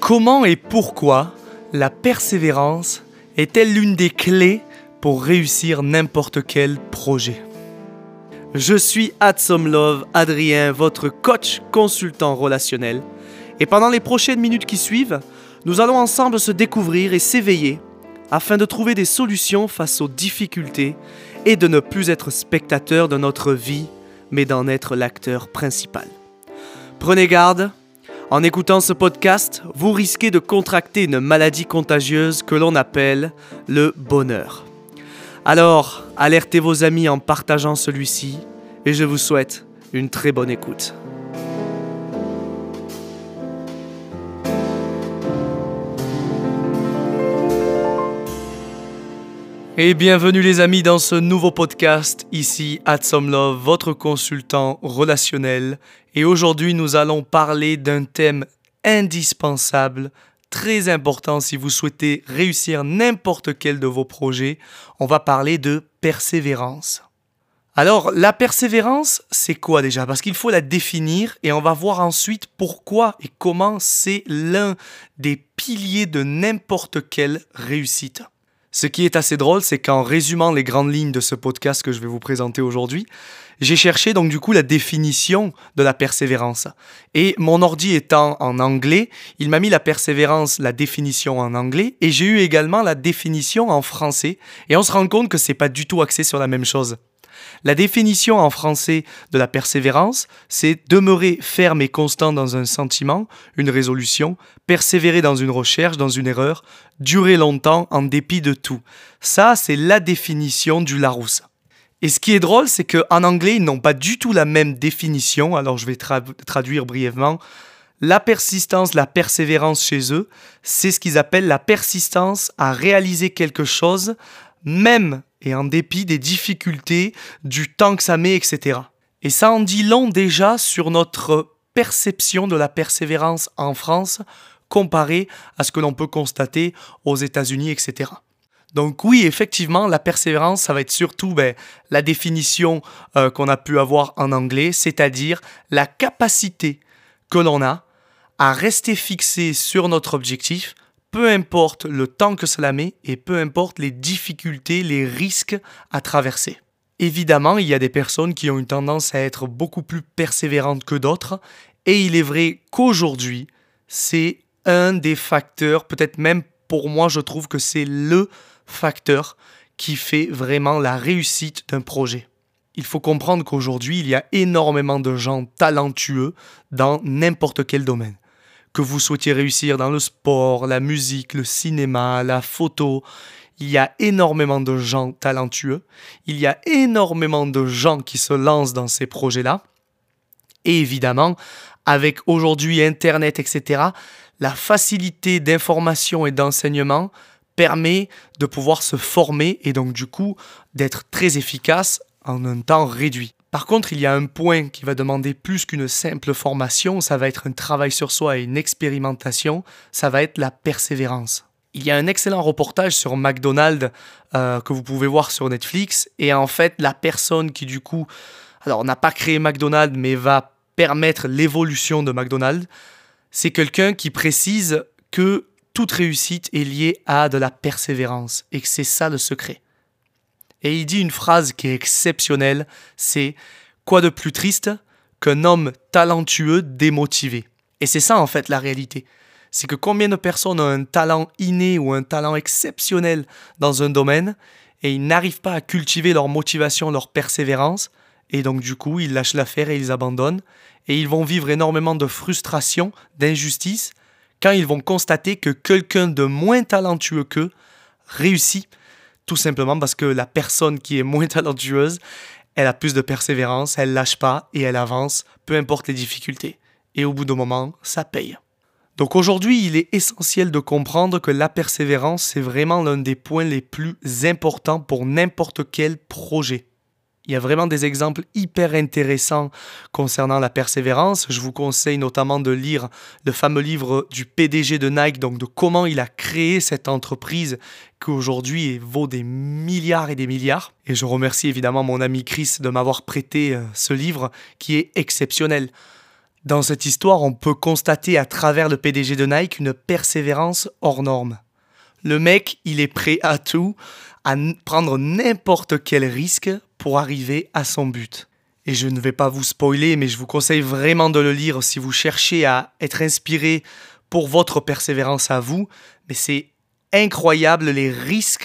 Comment et pourquoi la persévérance est-elle l'une des clés pour réussir n'importe quel projet? Je suis @somlove Adrien, votre coach consultant relationnel. Et pendant les prochaines minutes qui suivent, nous allons ensemble se découvrir et s'éveiller afin de trouver des solutions face aux difficultés et de ne plus être spectateur de notre vie, mais d'en être l'acteur principal. Prenez garde, en écoutant ce podcast, vous risquez de contracter une maladie contagieuse que l'on appelle le bonheur. Alors, alertez vos amis en partageant celui-ci et je vous souhaite une très bonne écoute. Et bienvenue les amis dans ce nouveau podcast, ici @somlove, votre consultant relationnel. Et aujourd'hui nous allons parler d'un thème indispensable, très important si vous souhaitez réussir n'importe quel de vos projets. On va parler de persévérance. Alors la persévérance, c'est quoi déjà? Parce qu'il faut la définir et on va voir ensuite pourquoi et comment c'est l'un des piliers de n'importe quelle réussite. Ce qui est assez drôle, c'est qu'en résumant les grandes lignes de ce podcast que je vais vous présenter aujourd'hui, j'ai cherché donc du coup la définition de la persévérance. Et mon ordi étant en anglais, il m'a mis la persévérance, la définition en anglais, et j'ai eu également la définition en français, et on se rend compte que c'est pas du tout axé sur la même chose. La définition en français de la persévérance, c'est demeurer ferme et constant dans un sentiment, une résolution, persévérer dans une recherche, dans une erreur, durer longtemps en dépit de tout. Ça, c'est la définition du Larousse. Et ce qui est drôle, c'est qu'en anglais, ils n'ont pas du tout la même définition. Alors, je vais traduire brièvement. La persistance, la persévérance chez eux, c'est ce qu'ils appellent la persistance à réaliser quelque chose, même et en dépit des difficultés, du temps que ça met, etc. Et ça en dit long déjà sur notre perception de la persévérance en France, comparée à ce que l'on peut constater aux États-Unis, etc. Donc oui, effectivement, la persévérance, ça va être surtout la définition qu'on a pu avoir en anglais, c'est-à-dire la capacité que l'on a à rester fixé sur notre objectif, peu importe le temps que cela met et peu importe les difficultés, les risques à traverser. Évidemment, il y a des personnes qui ont une tendance à être beaucoup plus persévérantes que d'autres et il est vrai qu'aujourd'hui, c'est un des facteurs, peut-être même pour moi, je trouve que c'est le facteur qui fait vraiment la réussite d'un projet. Il faut comprendre qu'aujourd'hui, il y a énormément de gens talentueux dans n'importe quel domaine. Que vous souhaitiez réussir dans le sport, la musique, le cinéma, la photo, il y a énormément de gens talentueux, il y a énormément de gens qui se lancent dans ces projets-là. Et évidemment, avec aujourd'hui Internet, etc., la facilité d'information et d'enseignement permet de pouvoir se former et donc du coup d'être très efficace en un temps réduit. Par contre, il y a un point qui va demander plus qu'une simple formation, ça va être un travail sur soi et une expérimentation, ça va être la persévérance. Il y a un excellent reportage sur McDonald's que vous pouvez voir sur Netflix, et en fait, la personne qui du coup, alors n'a pas créé McDonald's, mais va permettre l'évolution de McDonald's, c'est quelqu'un qui précise que toute réussite est liée à de la persévérance, et que c'est ça le secret. Et il dit une phrase qui est exceptionnelle, c'est « Quoi de plus triste qu'un homme talentueux démotivé ?» Et c'est ça en fait la réalité. C'est que combien de personnes ont un talent inné ou un talent exceptionnel dans un domaine et ils n'arrivent pas à cultiver leur motivation, leur persévérance et donc du coup ils lâchent l'affaire et ils abandonnent et ils vont vivre énormément de frustration, d'injustice quand ils vont constater que quelqu'un de moins talentueux qu'eux réussit. Tout simplement parce que la personne qui est moins talentueuse, elle a plus de persévérance, elle lâche pas et elle avance, peu importe les difficultés. Et au bout d'un moment, ça paye. Donc aujourd'hui, il est essentiel de comprendre que la persévérance, c'est vraiment l'un des points les plus importants pour n'importe quel projet. Il y a vraiment des exemples hyper intéressants concernant la persévérance. Je vous conseille notamment de lire le fameux livre du PDG de Nike, donc de comment il a créé cette entreprise qui aujourd'hui vaut des milliards et des milliards. Et je remercie évidemment mon ami Chris de m'avoir prêté ce livre qui est exceptionnel. Dans cette histoire, on peut constater à travers le PDG de Nike une persévérance hors norme. Le mec, il est prêt à tout, à prendre n'importe quel risque pour arriver à son but. Et je ne vais pas vous spoiler, mais je vous conseille vraiment de le lire si vous cherchez à être inspiré pour votre persévérance à vous. Mais c'est incroyable les risques,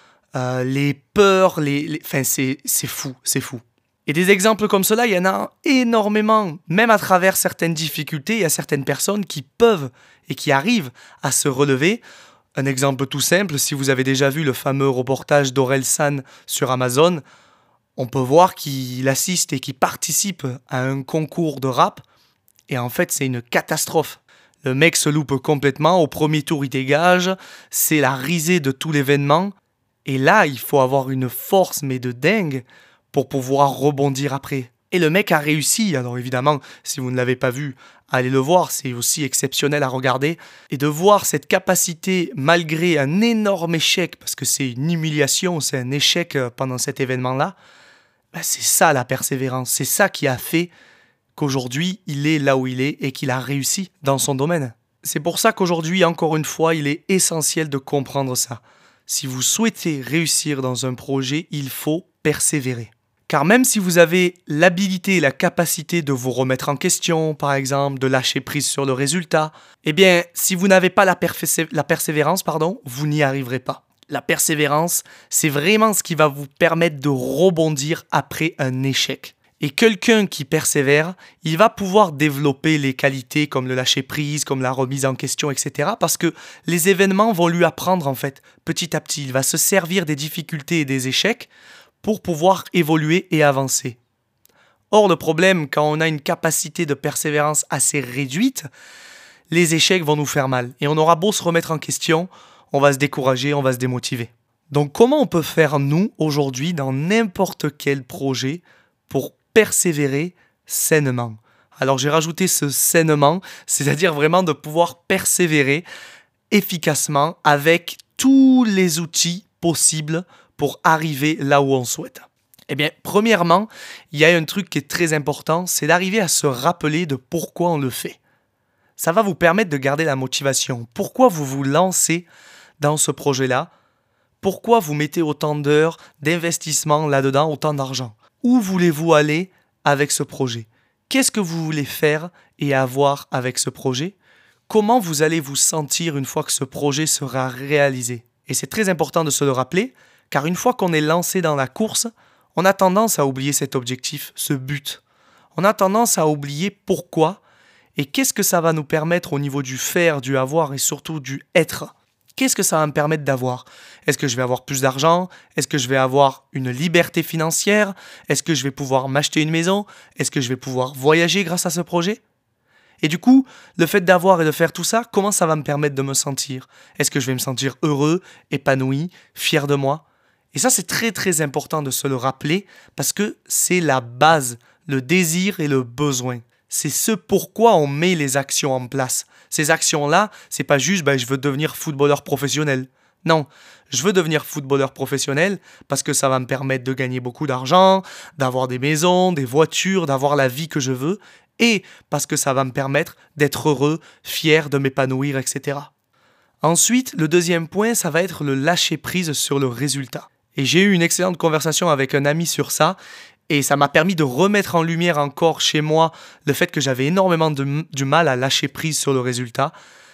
les peurs, enfin c'est fou, c'est fou. Et des exemples comme cela, il y en a énormément. Même à travers certaines difficultés, il y a certaines personnes qui peuvent et qui arrivent à se relever. Un exemple tout simple, si vous avez déjà vu le fameux reportage d'Orelsan sur Amazon, on peut voir qu'il assiste et qu'il participe à un concours de rap. Et en fait, c'est une catastrophe. Le mec se loupe complètement. Au premier tour, il dégage. C'est la risée de tout l'événement. Et là, il faut avoir une force, mais de dingue, pour pouvoir rebondir après. Et le mec a réussi. Alors évidemment, si vous ne l'avez pas vu, allez le voir. C'est aussi exceptionnel à regarder. Et de voir cette capacité, malgré un énorme échec, parce que c'est une humiliation, c'est un échec pendant cet événement-là, c'est ça la persévérance. C'est ça qui a fait qu'aujourd'hui, il est là où il est et qu'il a réussi dans son domaine. C'est pour ça qu'aujourd'hui, encore une fois, il est essentiel de comprendre ça. Si vous souhaitez réussir dans un projet, il faut persévérer. Car même si vous avez l'habilité et la capacité de vous remettre en question, par exemple, de lâcher prise sur le résultat, eh bien, si vous n'avez pas la persévérance, vous n'y arriverez pas. La persévérance, c'est vraiment ce qui va vous permettre de rebondir après un échec. Et quelqu'un qui persévère, il va pouvoir développer les qualités comme le lâcher-prise, comme la remise en question, etc. Parce que les événements vont lui apprendre, en fait, petit à petit. Il va se servir des difficultés et des échecs pour pouvoir évoluer et avancer. Or, le problème, quand on a une capacité de persévérance assez réduite, les échecs vont nous faire mal. Et on aura beau se remettre en question, on va se décourager, on va se démotiver. Donc, comment on peut faire, nous, aujourd'hui, dans n'importe quel projet, pour persévérer sainement? Alors, j'ai rajouté ce sainement, c'est-à-dire vraiment de pouvoir persévérer efficacement avec tous les outils possibles pour arriver là où on souhaite. Eh bien, premièrement, il y a un truc qui est très important, c'est d'arriver à se rappeler de pourquoi on le fait. Ça va vous permettre de garder la motivation. Pourquoi vous vous lancez dans ce projet-là? Pourquoi vous mettez autant d'heures d'investissement là-dedans, autant d'argent? Où voulez-vous aller avec ce projet? Qu'est-ce que vous voulez faire et avoir avec ce projet? Comment vous allez vous sentir une fois que ce projet sera réalisé? Et c'est très important de se le rappeler, car une fois qu'on est lancé dans la course, on a tendance à oublier cet objectif, ce but. On a tendance à oublier pourquoi et qu'est-ce que ça va nous permettre au niveau du faire, du avoir et surtout du être. Qu'est-ce que ça va me permettre d'avoir? Est-ce que je vais avoir plus d'argent? Est-ce que je vais avoir une liberté financière? Est-ce que je vais pouvoir m'acheter une maison? Est-ce que je vais pouvoir voyager grâce à ce projet? Et du coup, le fait d'avoir et de faire tout ça, comment ça va me permettre de me sentir? Est-ce que je vais me sentir heureux, épanoui, fier de moi? Et ça, c'est très très important de se le rappeler parce que c'est la base, le désir et le besoin. C'est ce pourquoi on met les actions en place. Ces actions-là, c'est pas juste je veux devenir footballeur professionnel. Non, je veux devenir footballeur professionnel parce que ça va me permettre de gagner beaucoup d'argent, d'avoir des maisons, des voitures, d'avoir la vie que je veux et parce que ça va me permettre d'être heureux, fier, de m'épanouir, etc. Ensuite, le deuxième point, ça va être le lâcher prise sur le résultat. Et j'ai eu une excellente conversation avec un ami sur ça et ça m'a permis de remettre en lumière encore chez moi le fait que j'avais énormément du mal à lâcher prise sur le résultat.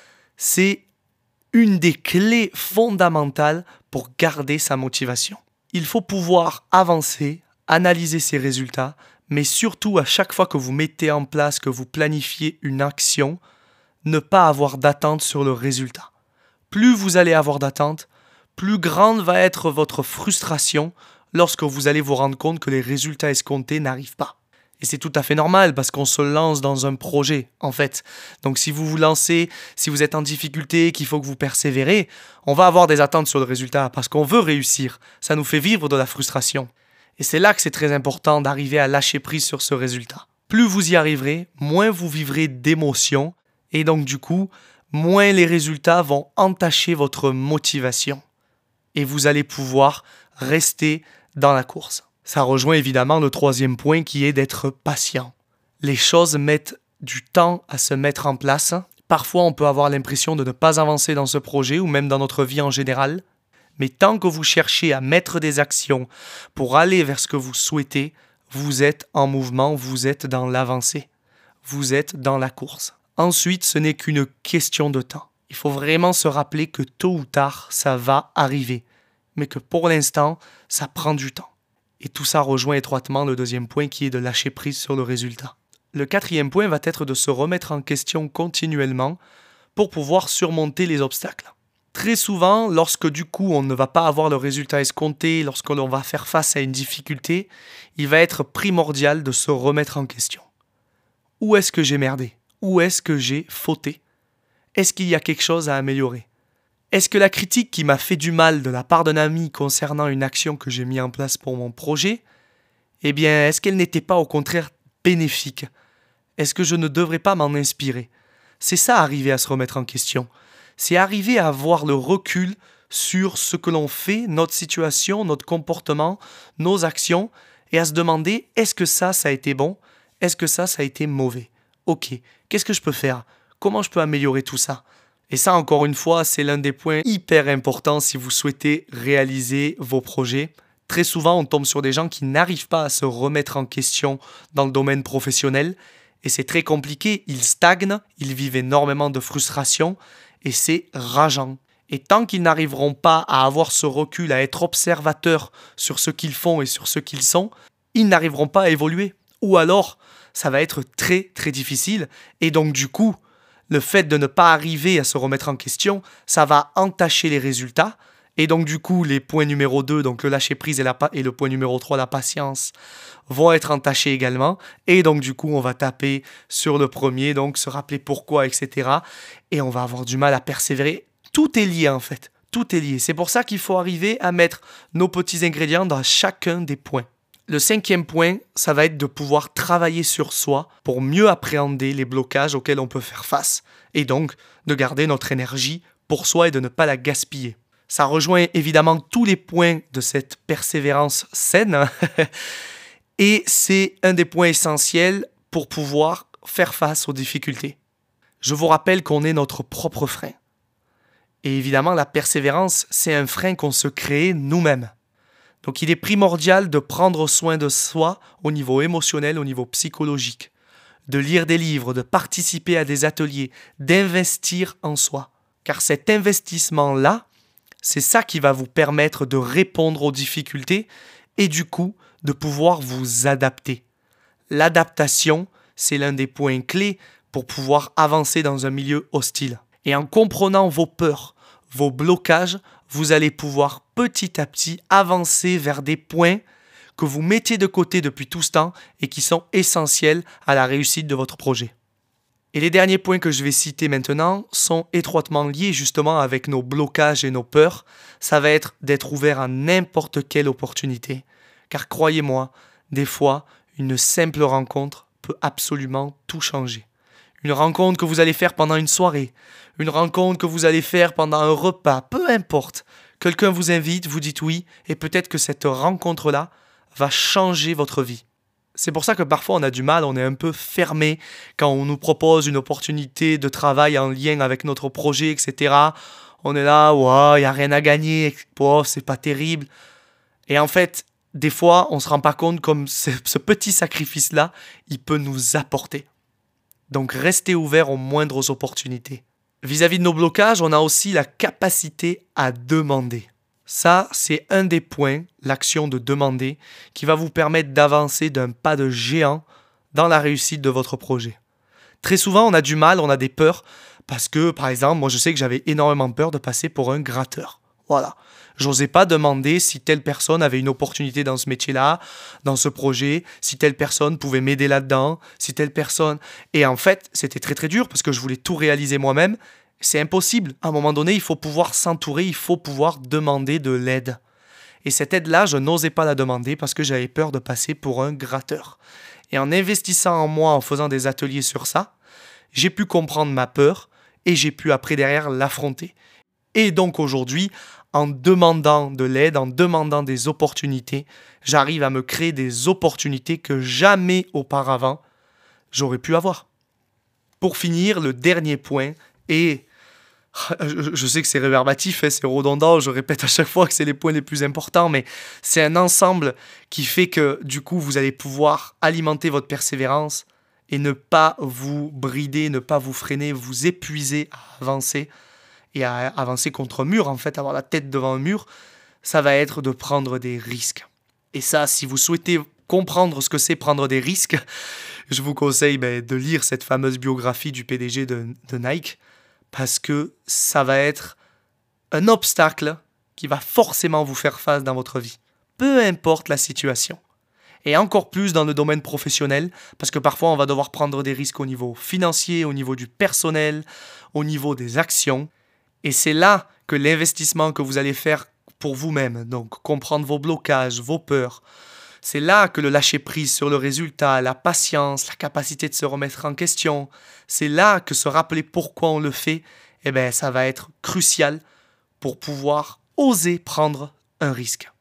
C'est une des clés fondamentales pour garder sa motivation. Il faut pouvoir avancer, analyser ses résultats, mais surtout à chaque fois que vous mettez en place, que vous planifiez une action, ne pas avoir d'attente sur le résultat. Plus vous allez avoir d'attente, plus grande va être votre frustration lorsque vous allez vous rendre compte que les résultats escomptés n'arrivent pas. Et c'est tout à fait normal parce qu'on se lance dans un projet, en fait. Donc si vous vous lancez, si vous êtes en difficulté, qu'il faut que vous persévérez, on va avoir des attentes sur le résultat parce qu'on veut réussir. Ça nous fait vivre de la frustration. Et c'est là que c'est très important d'arriver à lâcher prise sur ce résultat. Plus vous y arriverez, moins vous vivrez d'émotions et donc du coup, moins les résultats vont entacher votre motivation. Et vous allez pouvoir rester dans la course. Ça rejoint évidemment le troisième point qui est d'être patient. Les choses mettent du temps à se mettre en place. Parfois, on peut avoir l'impression de ne pas avancer dans ce projet ou même dans notre vie en général. Mais tant que vous cherchez à mettre des actions pour aller vers ce que vous souhaitez, vous êtes en mouvement, vous êtes dans l'avancée, vous êtes dans la course. Ensuite, ce n'est qu'une question de temps. Il faut vraiment se rappeler que tôt ou tard, ça va arriver, mais que pour l'instant, ça prend du temps. Et tout ça rejoint étroitement le deuxième point qui est de lâcher prise sur le résultat. Le quatrième point va être de se remettre en question continuellement pour pouvoir surmonter les obstacles. Très souvent, lorsque du coup on ne va pas avoir le résultat escompté, lorsque l'on va faire face à une difficulté, il va être primordial de se remettre en question. Où est-ce que j'ai merdé ? Où est-ce que j'ai fauté ? Est-ce qu'il y a quelque chose à améliorer ? Est-ce que la critique qui m'a fait du mal de la part d'un ami concernant une action que j'ai mise en place pour mon projet, eh bien, est-ce qu'elle n'était pas au contraire bénéfique ? Est-ce que je ne devrais pas m'en inspirer ? C'est ça, arriver à se remettre en question. C'est arriver à avoir le recul sur ce que l'on fait, notre situation, notre comportement, nos actions, et à se demander, est-ce que ça a été bon ? Est-ce que ça a été mauvais ? Ok, qu'est-ce que je peux faire ? Comment je peux améliorer tout ça ? Et ça, encore une fois, c'est l'un des points hyper importants si vous souhaitez réaliser vos projets. Très souvent, on tombe sur des gens qui n'arrivent pas à se remettre en question dans le domaine professionnel. Et c'est très compliqué, ils stagnent, ils vivent énormément de frustration et c'est rageant. Et tant qu'ils n'arriveront pas à avoir ce recul, à être observateurs sur ce qu'ils font et sur ce qu'ils sont, ils n'arriveront pas à évoluer. Ou alors, ça va être très très difficile. Et donc du coup, le fait de ne pas arriver à se remettre en question, ça va entacher les résultats. Et donc du coup, les points numéro 2, donc le lâcher prise et le point numéro 3, la patience, vont être entachés également. Et donc du coup, on va taper sur le premier, donc se rappeler pourquoi, etc. Et on va avoir du mal à persévérer. Tout est lié en fait, tout est lié. C'est pour ça qu'il faut arriver à mettre nos petits ingrédients dans chacun des points. Le 5e point, ça va être de pouvoir travailler sur soi pour mieux appréhender les blocages auxquels on peut faire face. Et donc, de garder notre énergie pour soi et de ne pas la gaspiller. Ça rejoint évidemment tous les points de cette persévérance saine. Et c'est un des points essentiels pour pouvoir faire face aux difficultés. Je vous rappelle qu'on est notre propre frein. Et évidemment, la persévérance, c'est un frein qu'on se crée nous-mêmes. Donc il est primordial de prendre soin de soi au niveau émotionnel, au niveau psychologique, de lire des livres, de participer à des ateliers, d'investir en soi. Car cet investissement-là, c'est ça qui va vous permettre de répondre aux difficultés et du coup de pouvoir vous adapter. L'adaptation, c'est l'un des points clés pour pouvoir avancer dans un milieu hostile. Et en comprenant vos peurs, vos blocages, vous allez pouvoir petit à petit avancer vers des points que vous mettiez de côté depuis tout ce temps et qui sont essentiels à la réussite de votre projet. Et les derniers points que je vais citer maintenant sont étroitement liés justement avec nos blocages et nos peurs. Ça va être d'être ouvert à n'importe quelle opportunité. Car croyez-moi, des fois, une simple rencontre peut absolument tout changer. Une rencontre que vous allez faire pendant une soirée, une rencontre que vous allez faire pendant un repas, peu importe. Quelqu'un vous invite, vous dites oui, et peut-être que cette rencontre-là va changer votre vie. C'est pour ça que parfois on a du mal, on est un peu fermé quand on nous propose une opportunité de travail en lien avec notre projet, etc. On est là, ouais, il n'y a rien à gagner, oh, c'est pas terrible. Et en fait, des fois, on ne se rend pas compte comme ce petit sacrifice-là, il peut nous apporter. Donc restez ouvert aux moindres opportunités. Vis-à-vis de nos blocages, on a aussi la capacité à demander. Ça, c'est un des points, l'action de demander, qui va vous permettre d'avancer d'un pas de géant dans la réussite de votre projet. Très souvent, on a du mal, on a des peurs, parce que, par exemple, moi je sais que j'avais énormément peur de passer pour un gratteur. Voilà. J'osais pas demander si telle personne avait une opportunité dans ce métier-là, dans ce projet, si telle personne pouvait m'aider là-dedans, si telle personne... Et en fait, c'était très très dur parce que je voulais tout réaliser moi-même. C'est impossible. À un moment donné, il faut pouvoir s'entourer, il faut pouvoir demander de l'aide. Et cette aide-là, je n'osais pas la demander parce que j'avais peur de passer pour un gratteur. Et en investissant en moi, en faisant des ateliers sur ça, j'ai pu comprendre ma peur et j'ai pu après derrière l'affronter. Et donc aujourd'hui, en demandant de l'aide, en demandant des opportunités, j'arrive à me créer des opportunités que jamais auparavant j'aurais pu avoir. Pour finir, le dernier point est... Je sais que c'est réverbatif, c'est redondant, je répète à chaque fois que c'est les points les plus importants, mais c'est un ensemble qui fait que du coup vous allez pouvoir alimenter votre persévérance et ne pas vous brider, ne pas vous freiner, vous épuiser à avancer et à avancer contre un mur, en fait, avoir la tête devant un mur, ça va être de prendre des risques. Et ça, si vous souhaitez comprendre ce que c'est prendre des risques, je vous conseille de lire cette fameuse biographie du PDG de Nike, parce que ça va être un obstacle qui va forcément vous faire face dans votre vie, peu importe la situation. Et encore plus dans le domaine professionnel, parce que parfois on va devoir prendre des risques au niveau financier, au niveau du personnel, au niveau des actions. Et c'est là que l'investissement que vous allez faire pour vous-même, donc comprendre vos blocages, vos peurs, c'est là que le lâcher-prise sur le résultat, la patience, la capacité de se remettre en question, c'est là que se rappeler pourquoi on le fait, ça va être crucial pour pouvoir oser prendre un risque.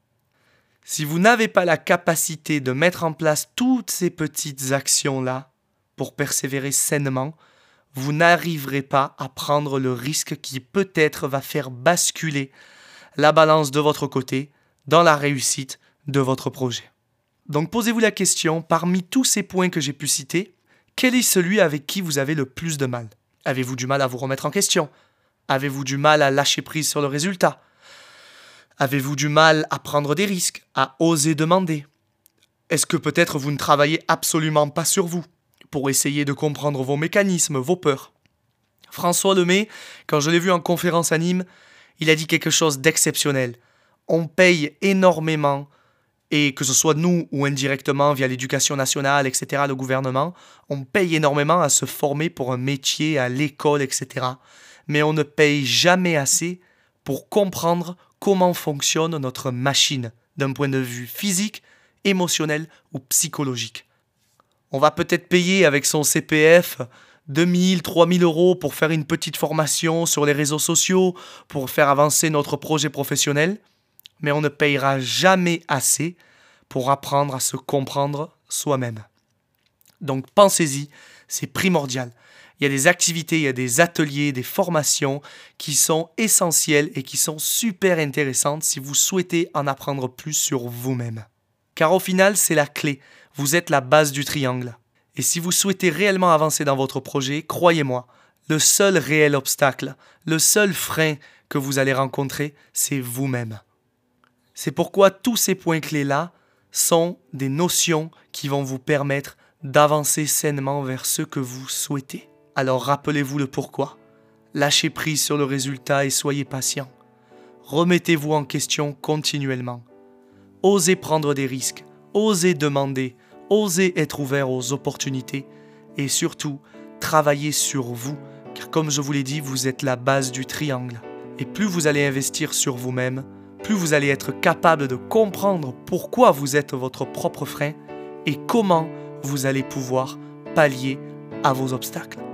Si vous n'avez pas la capacité de mettre en place toutes ces petites actions-là pour persévérer sainement, vous n'arriverez pas à prendre le risque qui peut-être va faire basculer la balance de votre côté dans la réussite de votre projet. Donc posez-vous la question, parmi tous ces points que j'ai pu citer, quel est celui avec qui vous avez le plus de mal? Avez-vous du mal à vous remettre en question? Avez-vous du mal à lâcher prise sur le résultat? Avez-vous du mal à prendre des risques, à oser demander? Est-ce que peut-être vous ne travaillez absolument pas sur vous pour essayer de comprendre vos mécanismes, vos peurs? François Lemay, quand je l'ai vu en conférence à Nîmes, il a dit quelque chose d'exceptionnel. On paye énormément, et que ce soit nous ou indirectement via l'éducation nationale, etc., le gouvernement, on paye énormément à se former pour un métier, à l'école, etc. Mais on ne paye jamais assez pour comprendre comment fonctionne notre machine, d'un point de vue physique, émotionnel ou psychologique. On va peut-être payer avec son CPF 2000, 3000 euros pour faire une petite formation sur les réseaux sociaux, pour faire avancer notre projet professionnel, mais on ne payera jamais assez pour apprendre à se comprendre soi-même. Donc pensez-y, c'est primordial. Il y a des activités, il y a des ateliers, des formations qui sont essentielles et qui sont super intéressantes si vous souhaitez en apprendre plus sur vous-même. Car au final, c'est la clé. Vous êtes la base du triangle. Et si vous souhaitez réellement avancer dans votre projet, croyez-moi, le seul réel obstacle, le seul frein que vous allez rencontrer, c'est vous-même. C'est pourquoi tous ces points clés-là sont des notions qui vont vous permettre d'avancer sainement vers ce que vous souhaitez. Alors rappelez-vous le pourquoi. Lâchez prise sur le résultat et soyez patient. Remettez-vous en question continuellement. Osez prendre des risques, osez demander, osez être ouvert aux opportunités et surtout, travaillez sur vous, car comme je vous l'ai dit, vous êtes la base du triangle. Et plus vous allez investir sur vous-même, plus vous allez être capable de comprendre pourquoi vous êtes votre propre frein et comment vous allez pouvoir pallier à vos obstacles.